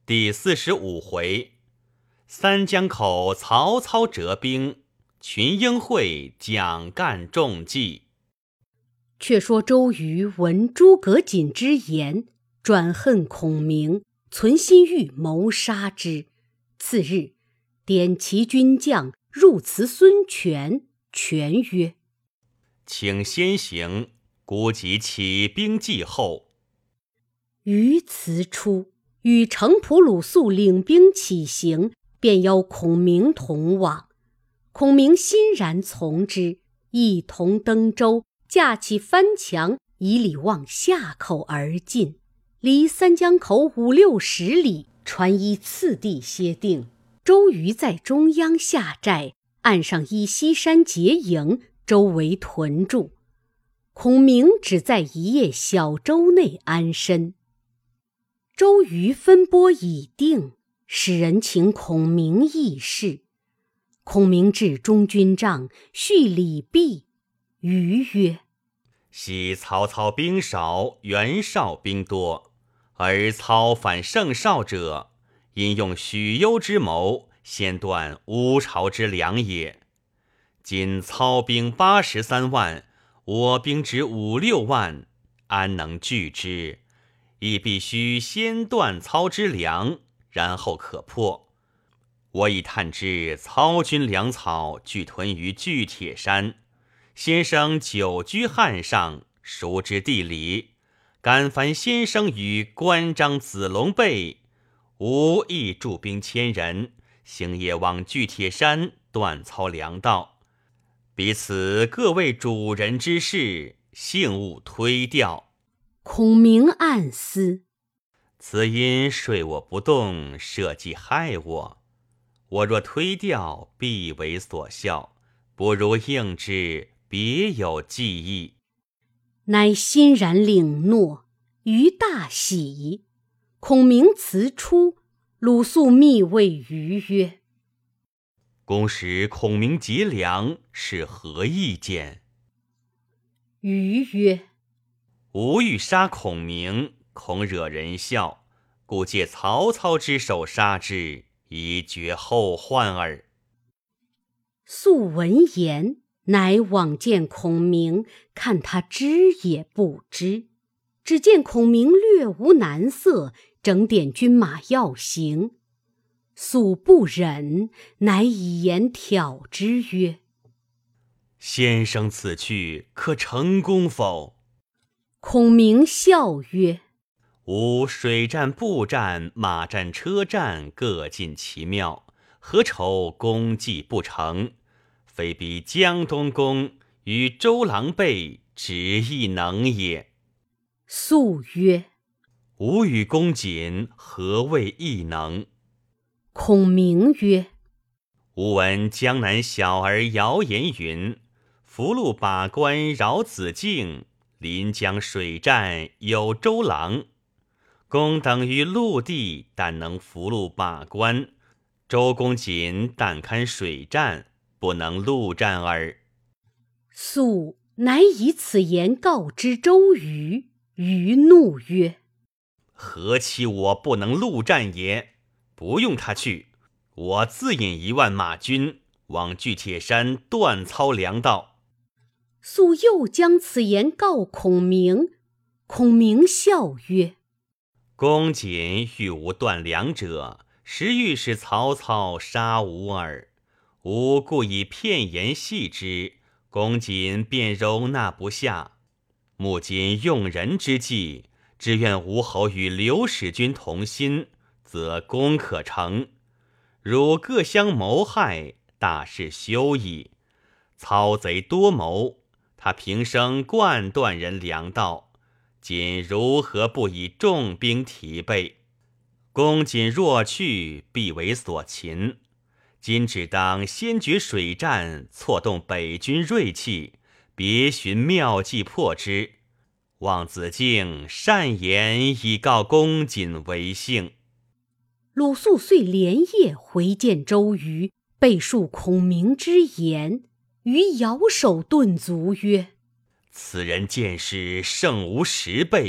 第45回，三江口曹操折兵，群英会蒋干中计。 却说周瑜闻诸葛瑾之言，转恨孔明，存心欲谋杀之。次日，点其军将入辞孙权，权曰： 请先行，估计起兵继后。 于辞出，与程普、鲁肃领兵起行，便邀孔明同往。孔明欣然从之，一同登舟，架起帆墙，以里望下口而进。离三江口5、6十里，船依次第歇定。周瑜在中央下寨，岸上依西山结营，周围屯驻。孔明只在一叶小舟内安身。周瑜分拨已定，使人请孔明议事。孔明至中军帐，叙礼毕。瑜曰： 昔曹操兵少，袁绍兵多，而操反胜绍者，因用许攸之谋，先断乌巢之粮也。今操兵83万，我兵只5、6万，安能拒之？亦必须先断操之粮，然后可破。我已探知操军粮草俱屯于巨铁山，先生久居汉上，熟知地理，敢烦先生与关张、子龙辈，吾亦驻兵1000人，星夜往巨铁山断操粮道。彼此各为主人之事，幸勿推掉。 孔明暗思： 此因睡我不动，设计害我。我若推掉，必为所笑，不如应之，别有计议。 乃欣然领诺，瑜大喜。孔明辞出，鲁肃密谓瑜曰： 公使孔明劫粮，是何意见？ 瑜曰： 吾欲杀孔明，恐惹人笑，故借曹操之手杀之，以绝后患耳。 肃闻言，乃往见孔明，看他知也不知。只见孔明略无难色，整点军马要行。肃不忍，乃以言挑之曰： 先生此去可成功否？ 孔明笑曰： 吾水战、步战、马战、车战各尽其妙，何愁功绩不成？非比江东公与周郎辈只亦能也。 肃曰： 吾与公瑾何谓异能？ 孔明曰： 吾闻江南小儿谣言云：福禄把关饶子敬，临江水战有周郎。公等于陆地，但能福禄把关；周公瑾但堪水战，不能陆战耳。 肃乃以此言告知周瑜，瑜怒曰： 何其我不能陆战也？不用他去，我自引1万马军往巨铁山断操粮道。 肃又将此言告孔明，孔明笑曰： 公瑾欲无断粮者，实欲使曹操杀吾耳。吾故以片言戏之，公瑾便容纳不下。目今用人之计，只愿吴侯与刘使君同心，则功可成。如各相谋害，大事休矣。操贼多谋，他平生惯断人粮道，今如何不以重兵提备？公瑾若去，必为所擒。今只当先决水战，挫动北军锐气，别寻妙计破之。望子敬善言以告公瑾为幸。 鲁肃遂连夜回见周瑜，备述孔明之言。瑜摇手顿足曰： 此人见识胜吾10倍，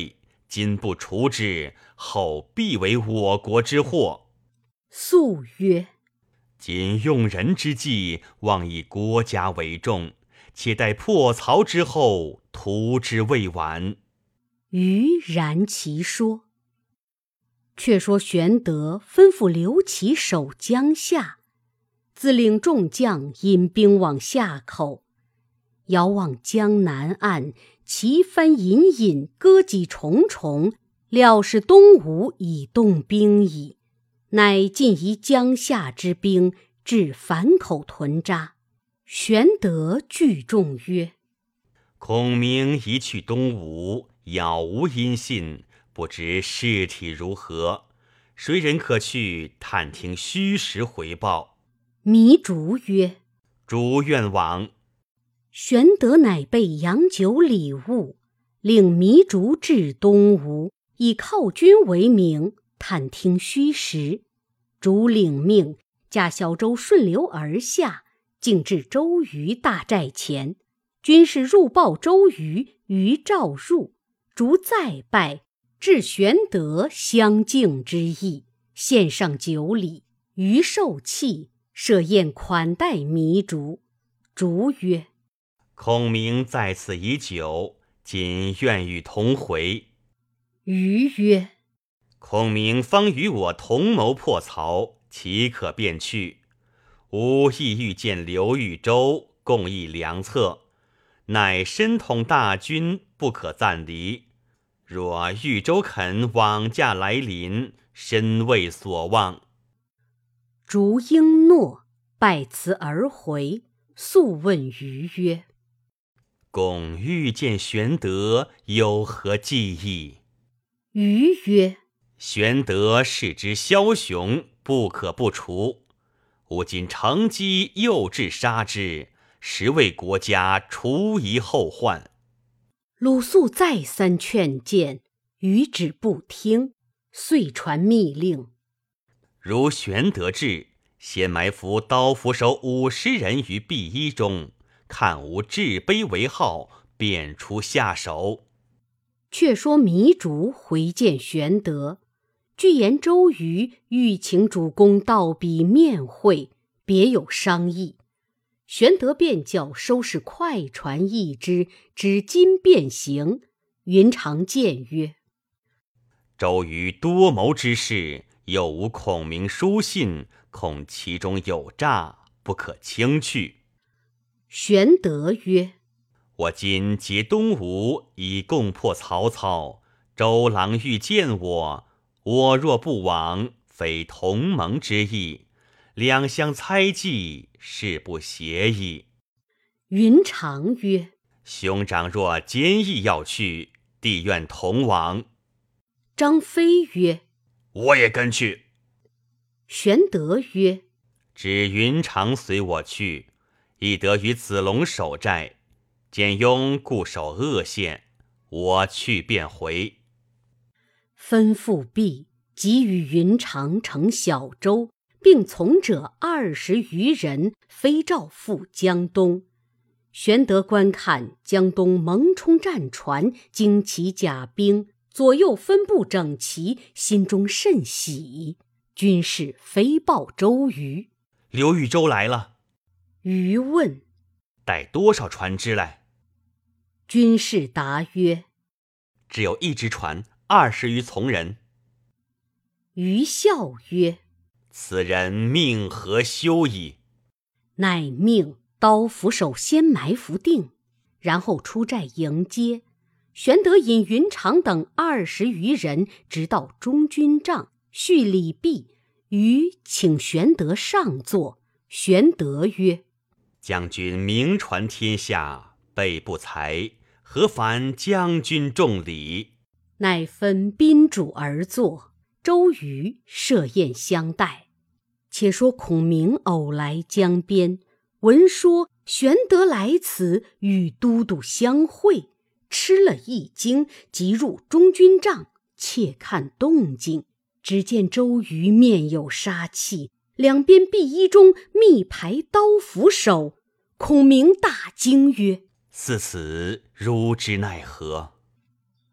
今不除之，后必为我国之祸。” 肃曰：“ 今用人之计，望以国家为重，且待破曹之后，图之未晚。” 瑜然其说。却说玄德吩咐刘琦守江夏，自令众将引兵往夏口。遥望江南岸，旗帆隐隐，戈戟重重，料是东吴已动兵矣。乃尽移江夏之兵，至樊口屯扎。玄德聚众曰：“ 孔明一去东吴，杳无音信，不知事体如何？谁人可去探听虚实回报？” 糜竺曰：“ 主愿往。” 玄德乃备洋酒礼物，令糜竺至东吴，以犒军为名，探听虚实。竺领命，驾小舟顺流而下，径至周瑜大寨前。军士入报周瑜，瑜召入。竺再拜，致玄德相敬之意，献上酒礼。瑜受泣，设宴款待糜竺。竺曰：“ 孔明在此已久，今愿与同回。” 瑜曰：“ 孔明方与我同谋破曹，岂可便去？吾亦欲见刘豫州，共议良策，乃身统大军，不可暂离。若豫州肯往驾来临，身未所望。” 竺应诺，拜辞而回。素问瑜曰：“ 共欲见玄德，有何计议？” 瑜曰：“ 玄德是之枭雄，不可不除。吾今乘机诱智杀之，实为国家除一后患。” 鲁肃再三劝谏，瑜止不听，遂传密令： 如玄德至，先埋伏刀斧手50人于壁衣中，看无置碑为号，便出下手。 却说糜竺回见玄德，据言周瑜欲请主公到彼面会，别有商议。玄德便叫收拾快船一只，指今便行。云长谏曰：“ 周瑜多谋之事，又无孔明书信，恐其中有诈，不可轻去。” 玄德曰：“ 我今结东吴，以共破曹操。周郎欲见我，我若不往，非同盟之意，两相猜忌，事不协议。” 云长曰：“ 兄长若坚意要去，弟愿同往。” 张飞曰：“ 我也跟去。” 玄德曰：“ 只云长随我去，亦得与子龙守寨，简雍固守鄂县，我去便回。” 吩咐毕，即与云长乘小舟，并从者20余人，飞诏赴江东。玄德观看江东蒙冲战船，旌旗甲兵，左右分布整齐，心中甚喜。军士飞报周瑜：“ 刘豫州来了。” 瑜问：“ 带多少船只来？” 军士答曰：“ 只有1只船，20余从人。” 瑜笑曰：“ 此人命何休矣！” 乃命刀斧手先埋伏定，然后出寨迎接。玄德引云长等20余人，直到中军帐，叙礼毕。瑜请玄德上座。玄德曰：“ 将军名传天下，备不才，何烦将军重礼？” 乃分宾主而坐。周瑜设宴相待。且说孔明偶来江边，闻说玄德来此，与都督相会，吃了一惊，即入中军帐，窃看动静。只见周瑜面有杀气，两边壁衣中密排刀斧手。孔明大惊曰：“ 似此，如之奈何？”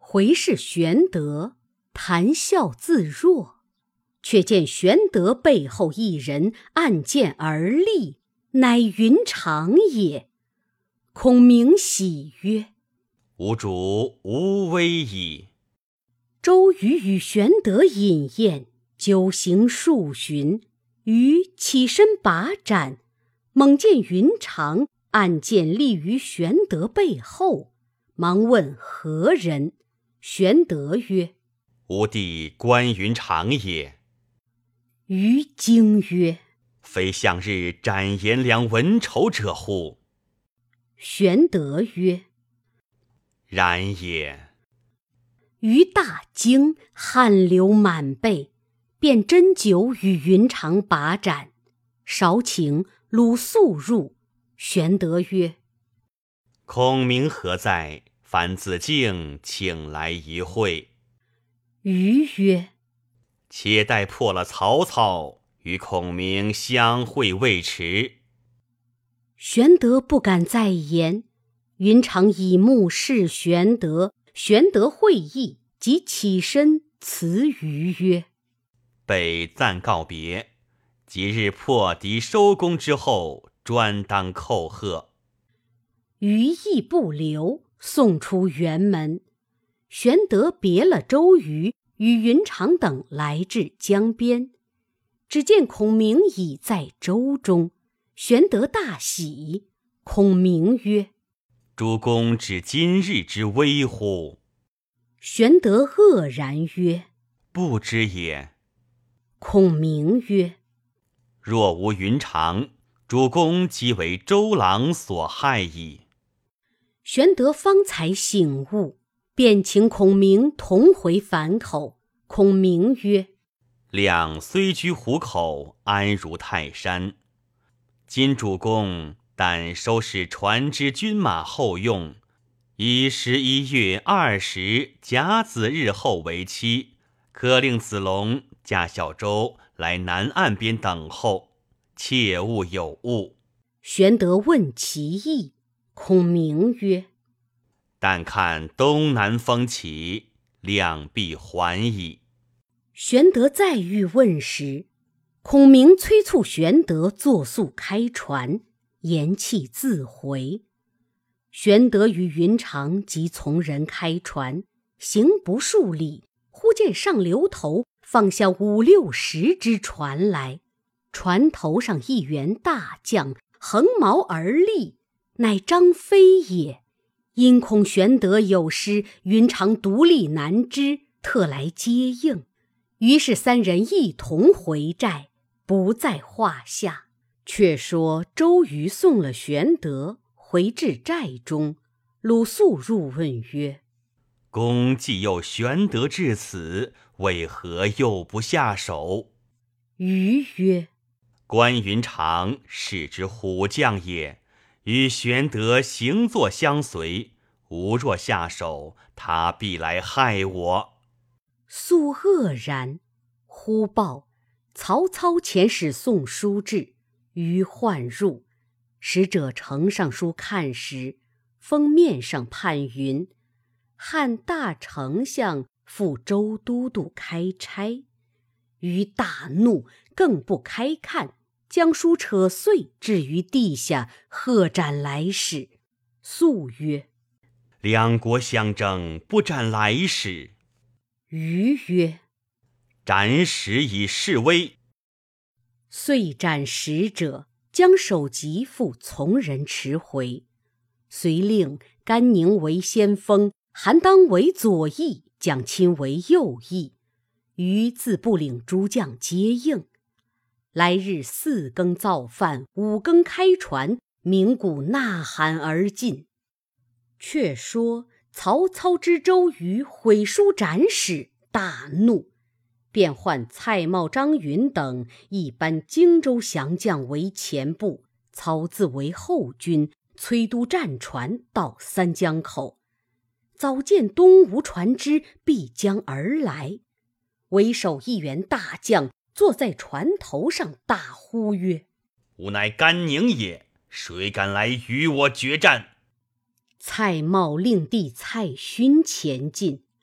回视玄德，谈笑自若。却见玄德背后一人按剑而立，乃云长也。孔明喜曰： 吾主无威矣。 周瑜与玄德饮宴，酒行数巡，瑜起身把盏，猛见云长按剑立于玄德背后，忙问何人。玄德曰： 吾弟关云长也。 瑜惊曰： 非向日斩颜良文丑者乎？ 玄德曰： 然也。 瑜大惊，汗流满背，便斟酒与云长把盏。少顷，鲁肃入。玄德曰： 孔明何在？樊子敬请来一会。 瑜曰： 且待破了曹操，与孔明相会未迟。 玄德不敢再言。云长以目视玄德，玄德会意，即起身辞瑜曰： 备暂告别，即日破敌收功之后，专当叩贺。 瑜亦不留，送出辕门。玄德别了周瑜，与云长等来至江边，只见孔明已在舟中。玄德大喜。孔明曰： 主公知今日之危乎？ 玄德愕然曰： 不知也。 孔明曰： 若无云长，主公即为周郎所害矣。 玄德方才醒悟，便请孔明同回樊口。孔明曰： 亮虽居虎口，安如泰山。今主公但收拾船只军马后用，以11月20甲子日后为期，可令子龙驾小舟来南岸边等候，切勿有误。 玄德问其意。孔明曰： 但看东南风起，亮必还矣。 玄德再欲问时，孔明催促玄德作速开船，言讫自回。玄德与云长即从人开船，行不数里，忽见上流头放下5、6、10只船来，船头上一员大将横矛而立，乃张飞也。因恐玄德有失，云长独立难支，特来接应。于是3人一同回寨，不在话下。却说周瑜送了玄德，回至寨中，鲁肃入问曰： 公既诱玄德至此，为何又不下手？ 瑜曰： 关云长是之虎将也，与玄德行作相随，吾若下手，他必来害我。 肃愕然。忽报曹操遣使送书至，瑜唤入。使者呈上书看时，封面上判云：汉大丞相赴周都督开差。瑜大怒，更不开看，将书扯碎，置于地下，喝斩来使。肃曰： 两国相争，不斩来使。 瑜曰： 斩使以示威。 遂斩使者，将首级付从人持回。遂令甘宁为先锋，韩当为左翼，蒋钦为右翼。瑜自部领诸将接应。来日4更造饭，5更开船，鸣鼓呐喊而进。却说曹操知周瑜毁书斩使，大怒，便唤蔡瑁、张允等一班荆州降将为前部，操自为后军，催督战船到三江口。早见东吴船只必将而来，为首一员大将坐在船头上，大呼曰： 吾乃甘宁也，谁敢来与我决战？ 蔡瑁令弟蔡勋前进，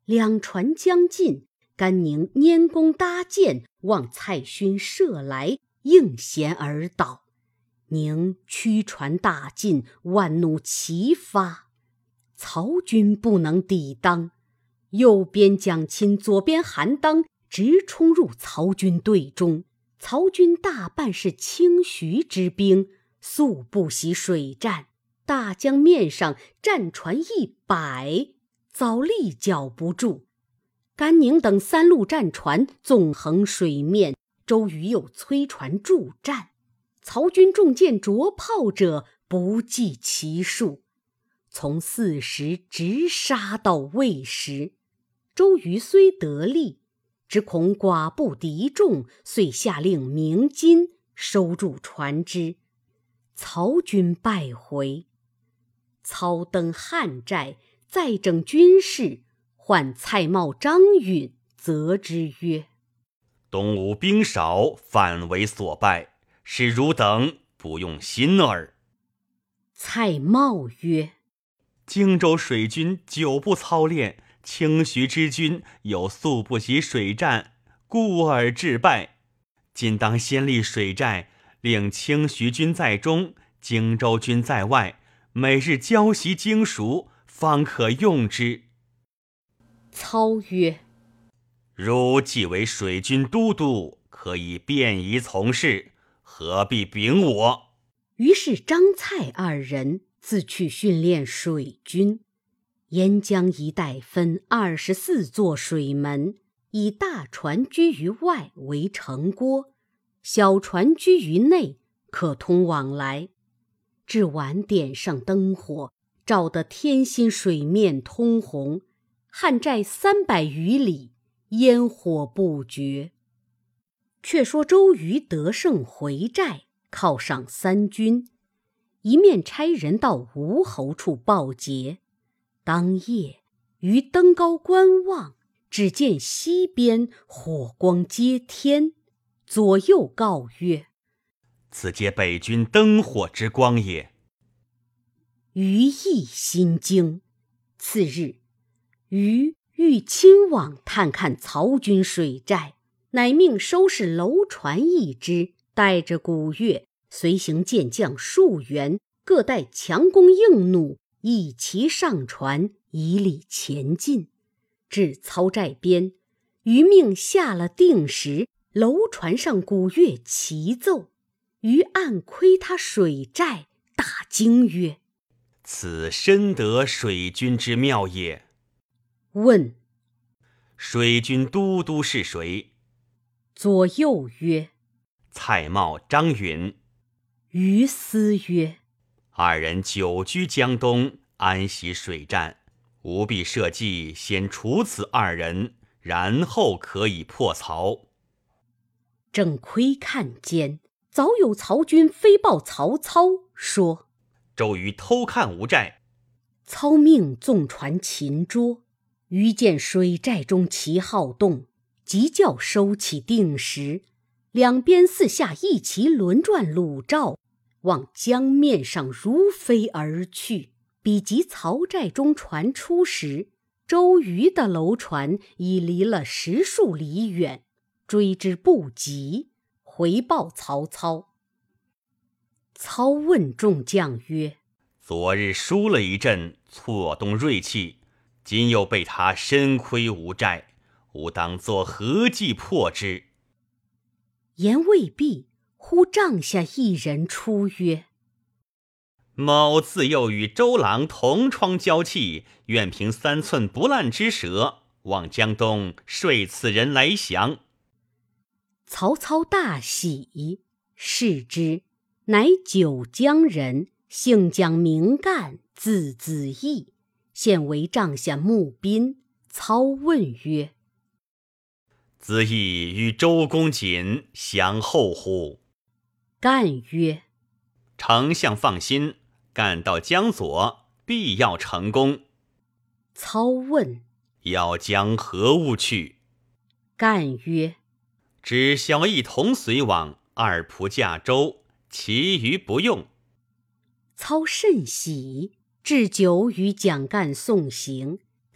两船将近，甘宁拈弓搭箭，望蔡勋射来，应弦而倒。宁驱船大进，万弩齐发，曹军不能抵当。右边蒋钦，左边韩当，直冲入曹军队中。曹军大半是清徐之兵，素不习水战，大江面上战船100，早立脚不住。甘宁等3路战船纵横水面，周瑜又催船助战。曹军中箭着炮者不计其数，从4时直杀到未时。周瑜虽得利，只恐寡不敌众，遂下令鸣金，收住船只。曹军败回。操登汉寨，再整军士，唤蔡瑁、张允，责之曰： 东吴兵少，反为所败，是汝等不用心耳。 蔡瑁曰： 荆州水军久不操练，清徐之军又素不习水战，故而致败。今当先立水寨，令清徐军在中，荆州军在外，每日交习精熟，方可用之。 操曰： 汝既为水军都督，可以便宜从事，何必禀我？ 于是张蔡2人自去训练水军。沿江一带分24座水门，以大船居于外为城郭，小船居于内，可通往来。至晚点上灯火，照得天心水面通红，汉寨300余里，烟火不绝。却说周瑜得胜回寨，犒赏3军，一面差人到吴侯处报捷。当夜，于登高观望，只见西边火光接天，左右告曰： 此皆北军灯火之光也。 于亦心惊。次日，于欲亲往探看曹军水寨，乃命收拾楼船1只，带着鼓乐，随行健将数员，各带强弓硬弩，一齐上船，以礼前进。至曹寨边，于命下了定时，楼船上鼓乐齐奏。于暗窥他水寨，大惊曰： 此深得水军之妙也。 问： 水军都督是谁？ 左右曰： 蔡瑁、张允。 于思曰： 二人久居江东，安习水战，吾必设计先除此2人，然后可以破曹。 正窥看间，早有曹军飞报曹操，说： 周瑜偷看吴寨。 操命纵船擒捉。于见水寨中旗号动，即叫收起定时，两边四下一齐轮转鲁赵，往江面上如飞而去。比及曹寨中船出时，周瑜的楼船已离了10数里远，追之不及，回报曹操。操问众将曰： 昨日输了一阵，错动锐气，今又被他深窥吴寨，吾当作何计破之？ 言未毕，忽帐下一人出曰： 某自幼与周郎同窗交气，愿凭3寸不烂之舌，望江东说此人来降。 曹操大喜，视之，乃九江人，姓蒋，名干，字子义，现为帐下募兵。操问曰： 子义与周公瑾相后乎？ 干曰： 丞相放心，干到江左，必要成功。 操问： 要将何物去？ 干曰： 只消一同随往，2仆驾舟，其余不用。 操甚喜，置酒与蒋干送行。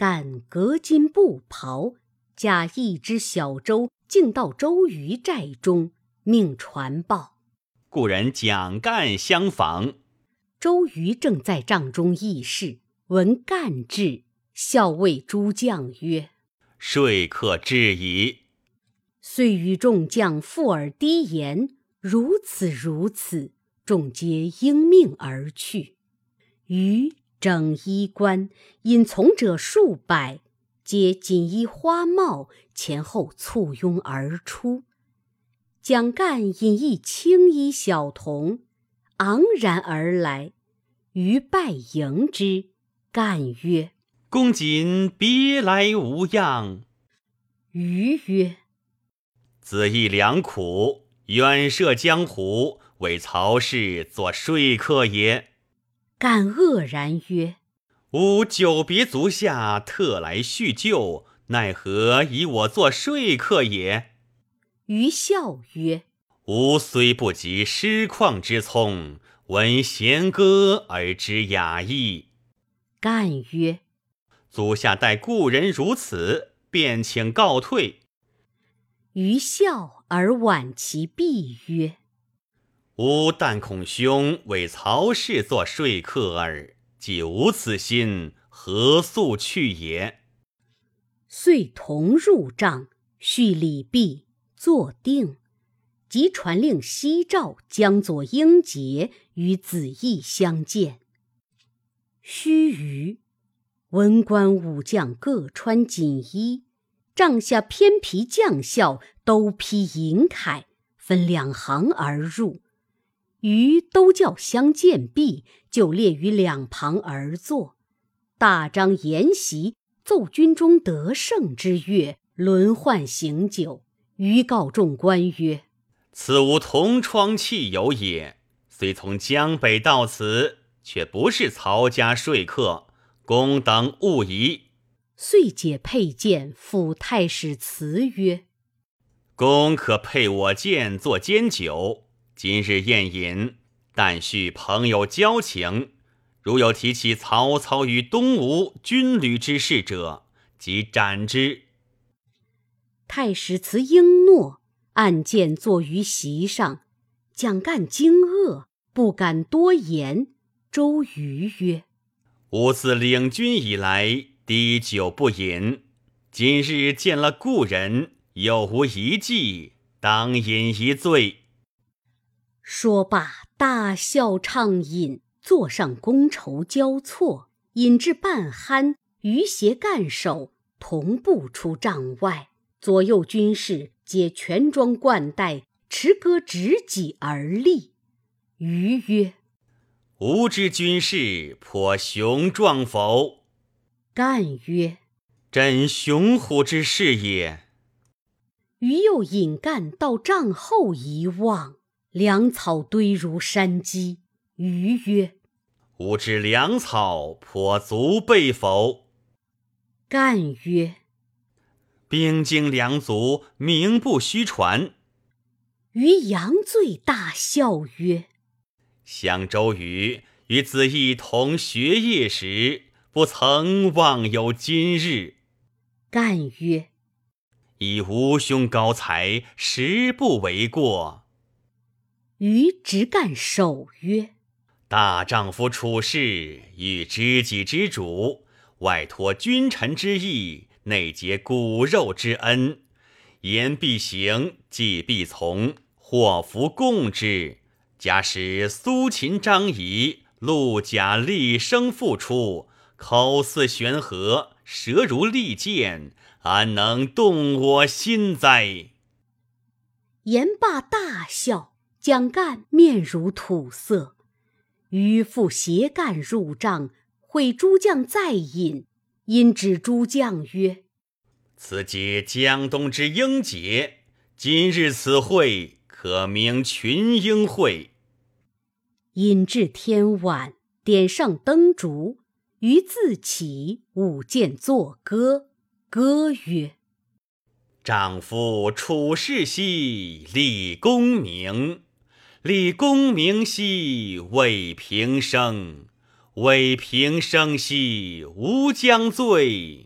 干革金布袍，驾一只小舟，径到周瑜寨中，命传报。 故人蒋干相访。 周瑜正在帐中议事，闻干至，笑谓诸将曰： 说客至矣。 遂与众将附耳低言，如此如此，众皆应命而去。瑜整衣冠，引从者数百，皆锦衣花帽，前后簇拥而出。蒋干引一青衣小童，昂然而来，瑜拜迎之。干曰： 公瑾别来无恙。 瑜曰： 子亦良苦，远涉江湖，为曹氏作说客也。 干愕然曰： 吾久别足下，特来叙旧，奈何以我作说客也？ 瑜笑曰： 吾虽不及诗况之聪，闻弦歌而知雅意。 干曰： 足下待故人如此，便请告退。 瑜笑而挽其臂曰： 吾但恐兄为曹氏作说客耳，既无此心，何速去也？ 遂同入帐，叙礼毕，坐定。即传令西赵江左英杰与子义相见。须臾，文官武将各穿锦衣，帐下偏皮将校都披银铠，分两行而入。瑜都教相见毕，就列于两旁而坐，大张筵席，奏军中得胜之乐，轮换行酒。瑜告众官曰： 此吾同窗戚友也，虽从江北到此，却不是曹家说客，公等勿疑。 遂解佩剑，抚太史辞曰： 公可配我剑作煎酒，今日宴饮，但叙朋友交情。如有提起曹操与东吴军旅之事者，即斩之。 太史辞应诺，按剑坐于席上。蒋干惊愕，不敢多言。周瑜曰： 吾自领军以来，滴酒不饮，今日见了故人，有无一计，当饮一醉。 说罢，大笑畅饮，座上觥筹交错，饮至半酣，瑜携干手同步出帐外。左右军士皆全装冠带，持戈执戟而立。瑜曰： 吾之军士颇雄壮否？ 干曰： 真雄虎之士也。 瑜又引干到帐后一望，粮草堆如山积。瑜曰： 吾之粮草颇足备否？ 干曰： 兵精粮足，名不虚传。 瑜扬醉大笑曰： 想周瑜与子义同学业时，不曾望有今日。 干曰： 以吾兄高才，实不为过。 瑜执干手曰： 大丈夫处事，欲知己之主，外托君臣之义，内结骨肉之恩。言必行，计必从，祸福共之。假使苏秦张仪、陆贾厉声复出，口似悬河，舌如利剑，安能动我心哉？ 言罢大笑，蒋干面如土色。瑜复携干入帐，会诸将再饮，因指诸将曰： 此皆江东之英杰，今日此会，可名群英会。 饮至天晚，点上灯烛，瑜自起，舞剑作歌。歌曰： 丈夫处世兮，立功名；立功名兮，为平生；为平生兮，吾将醉；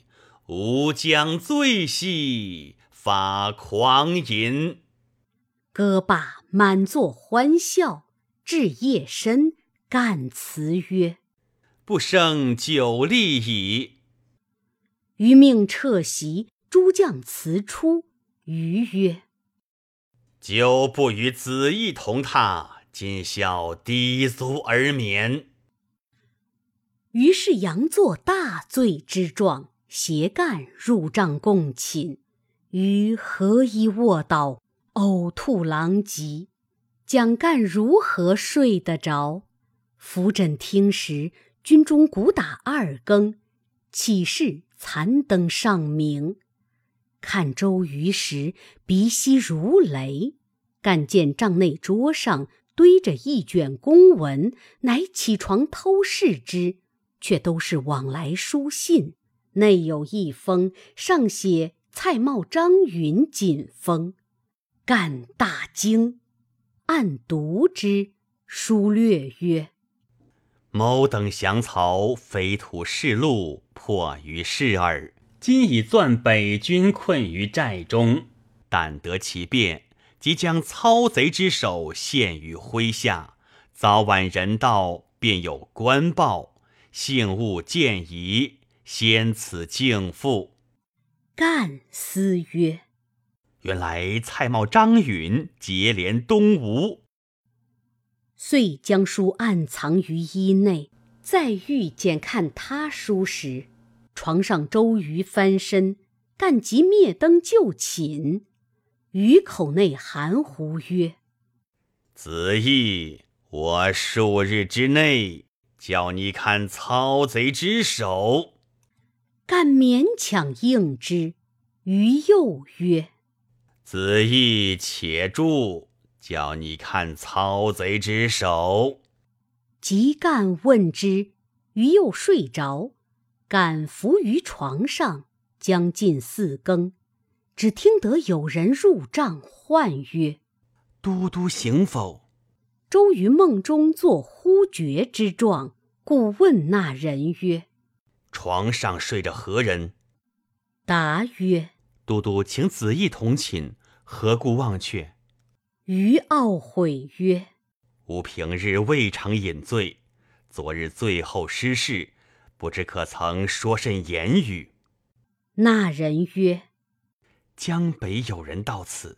吾将醉兮，发狂吟。” 歌罢满座欢笑，至夜深，干辞曰：“ 不胜酒力矣。” 余命撤席，诸将辞出。余曰：“ 久不与子义同榻，今宵低足而眠。” 于是佯作大醉之状，携干入帐共寝。余合衣卧倒，呕吐狼藉，蒋干如何睡得着？扶枕听时，军中鼓打2更，起视残灯尚明。看周瑜时，鼻息如雷。干见帐内桌上堆着一卷公文，乃起床偷视之，却都是往来书信，内有一封，上写蔡瑁、张允锦封。干大惊，暗读之，书略曰：“ 某等降曹，飞土示路，迫于事耳。今已钻北军困于寨中，但得其变，即将操贼之首陷于麾下。早晚人到，便有官报，幸勿见疑，先此敬父。” 干思曰：“ 原来蔡瑁、张允结连东吴。” 遂将书暗藏于衣内。再欲检看他书时，床上周瑜翻身，干即灭灯就寝。于口内含糊曰：“ 子义，我数日之内，叫你看操贼之首。” 干勉强应之。于又曰：“ 子义且住，叫你看操贼之首。” 即干问之，于又睡着。干伏于床上，将近4更，只听得有人入帐唤曰：“ 都督醒否？” 周瑜梦中作呼厥之状，故问那人曰：“ 床上睡着何人？” 答曰：“ 都督请子义同寝，何故忘却？” 于懊悔曰：“ 吾平日未尝饮醉，昨日醉后失事，不知可曾说甚言语。” 那人曰：“ 江北有人到此。”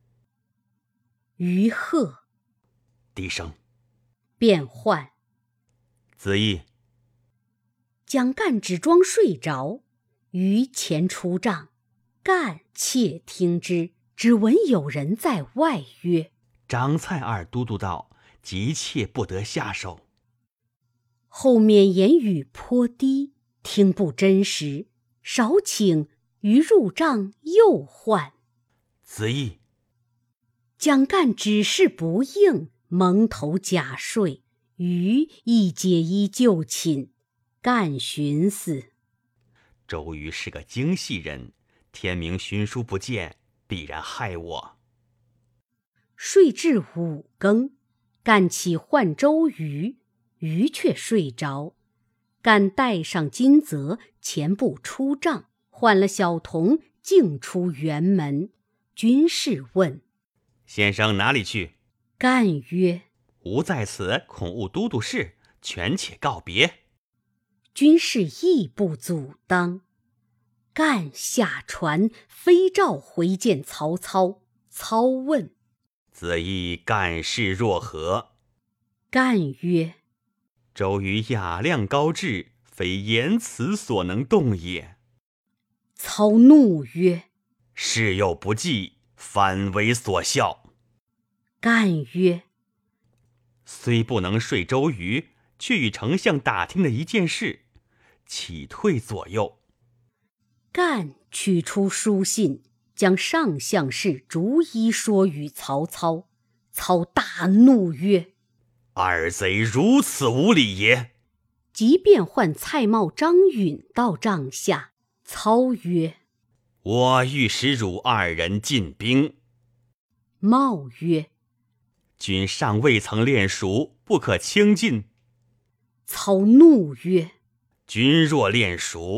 于喝， 低声便唤。 子义。 蒋干只装睡着，于前出帐，干窃听之，只闻有人在外曰：“ 张蔡二都督到，急切不得下手。” 后面言语颇低，听不真实，少请，于入帐又唤。 子义。 蒋干只是不应，蒙头假睡。于一解衣就寝。干寻思， 周瑜是个精细人，天明寻书不见，必然害我。 睡至5更，干起唤周瑜，瑜却睡着。干带上金泽，前步出帐，唤了小童，径出辕门。军士问：“ 先生哪里去？” 干曰：“ 吾在此，恐误都督事，权且告别。” 军士亦不阻当。干下船，飞诏回见曹操。操问：“ 子义干事若何？” 干曰：“ 周瑜雅量高致，非言辞所能动也。” 操怒曰：“ 事又不济，反为所笑。” 干曰：“ 虽不能说周瑜，却与丞相打听了一件事，启退左右。” 干取出书信，将上相事逐一说与曹操。操大怒曰：“ 二贼如此无礼也！” 即便唤蔡瑁、张允到帐下。操曰：“ 我欲使汝二人进兵。” 瑁曰：“ 君尚未曾练熟，不可轻进。” 操怒曰：“ 君若练熟，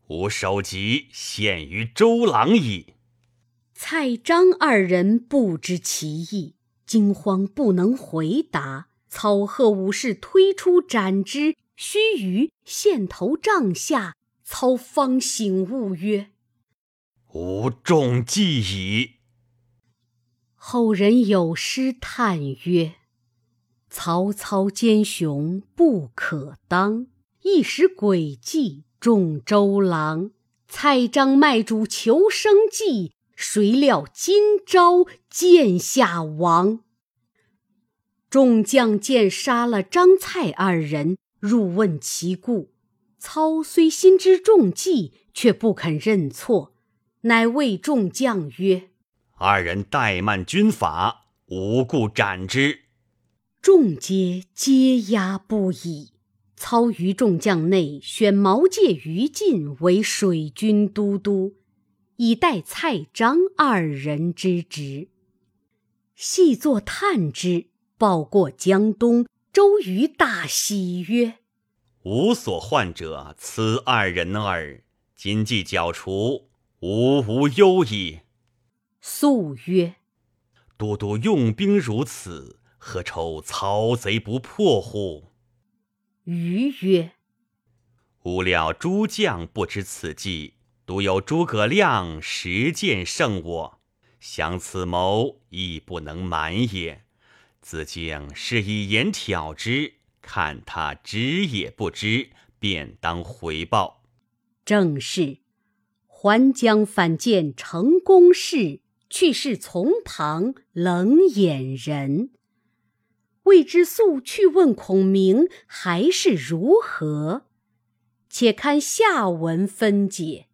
吾首级献于周郎矣。” 蔡张二人不知其意，惊慌不能回答。操贺武士推出斩之，须臾线头帐下，操方醒悟曰：“ 吾中计矣。” 后人有诗叹曰：“曹操奸雄不可当，一时诡计中周郎。蔡张卖主求生计，谁料今朝见下亡。”众将见杀了张蔡二人，入问其故。操虽心知中计，却不肯认错，乃谓众将曰：“ 二人怠慢军法，无故斩之。” 众皆压不已。操于众将内选毛玠、于禁为水军都督，以代蔡张二人之职。细作探之，报过江东，周瑜大喜曰：“ 吾所患者此二人耳，今既剿除，吾无忧矣。” 肃曰：“ 都督用兵如此，何愁曹贼不破乎？” 瑜曰：“ 吾料诸将不知此计，独有诸葛亮实践胜我，想此谋亦不能瞒也。子敬是以言挑之，看他知也不知，便当回报。” 正是还将反见成公事，去世从旁冷眼人。未知速去问孔明，还是如何？且看下文分解。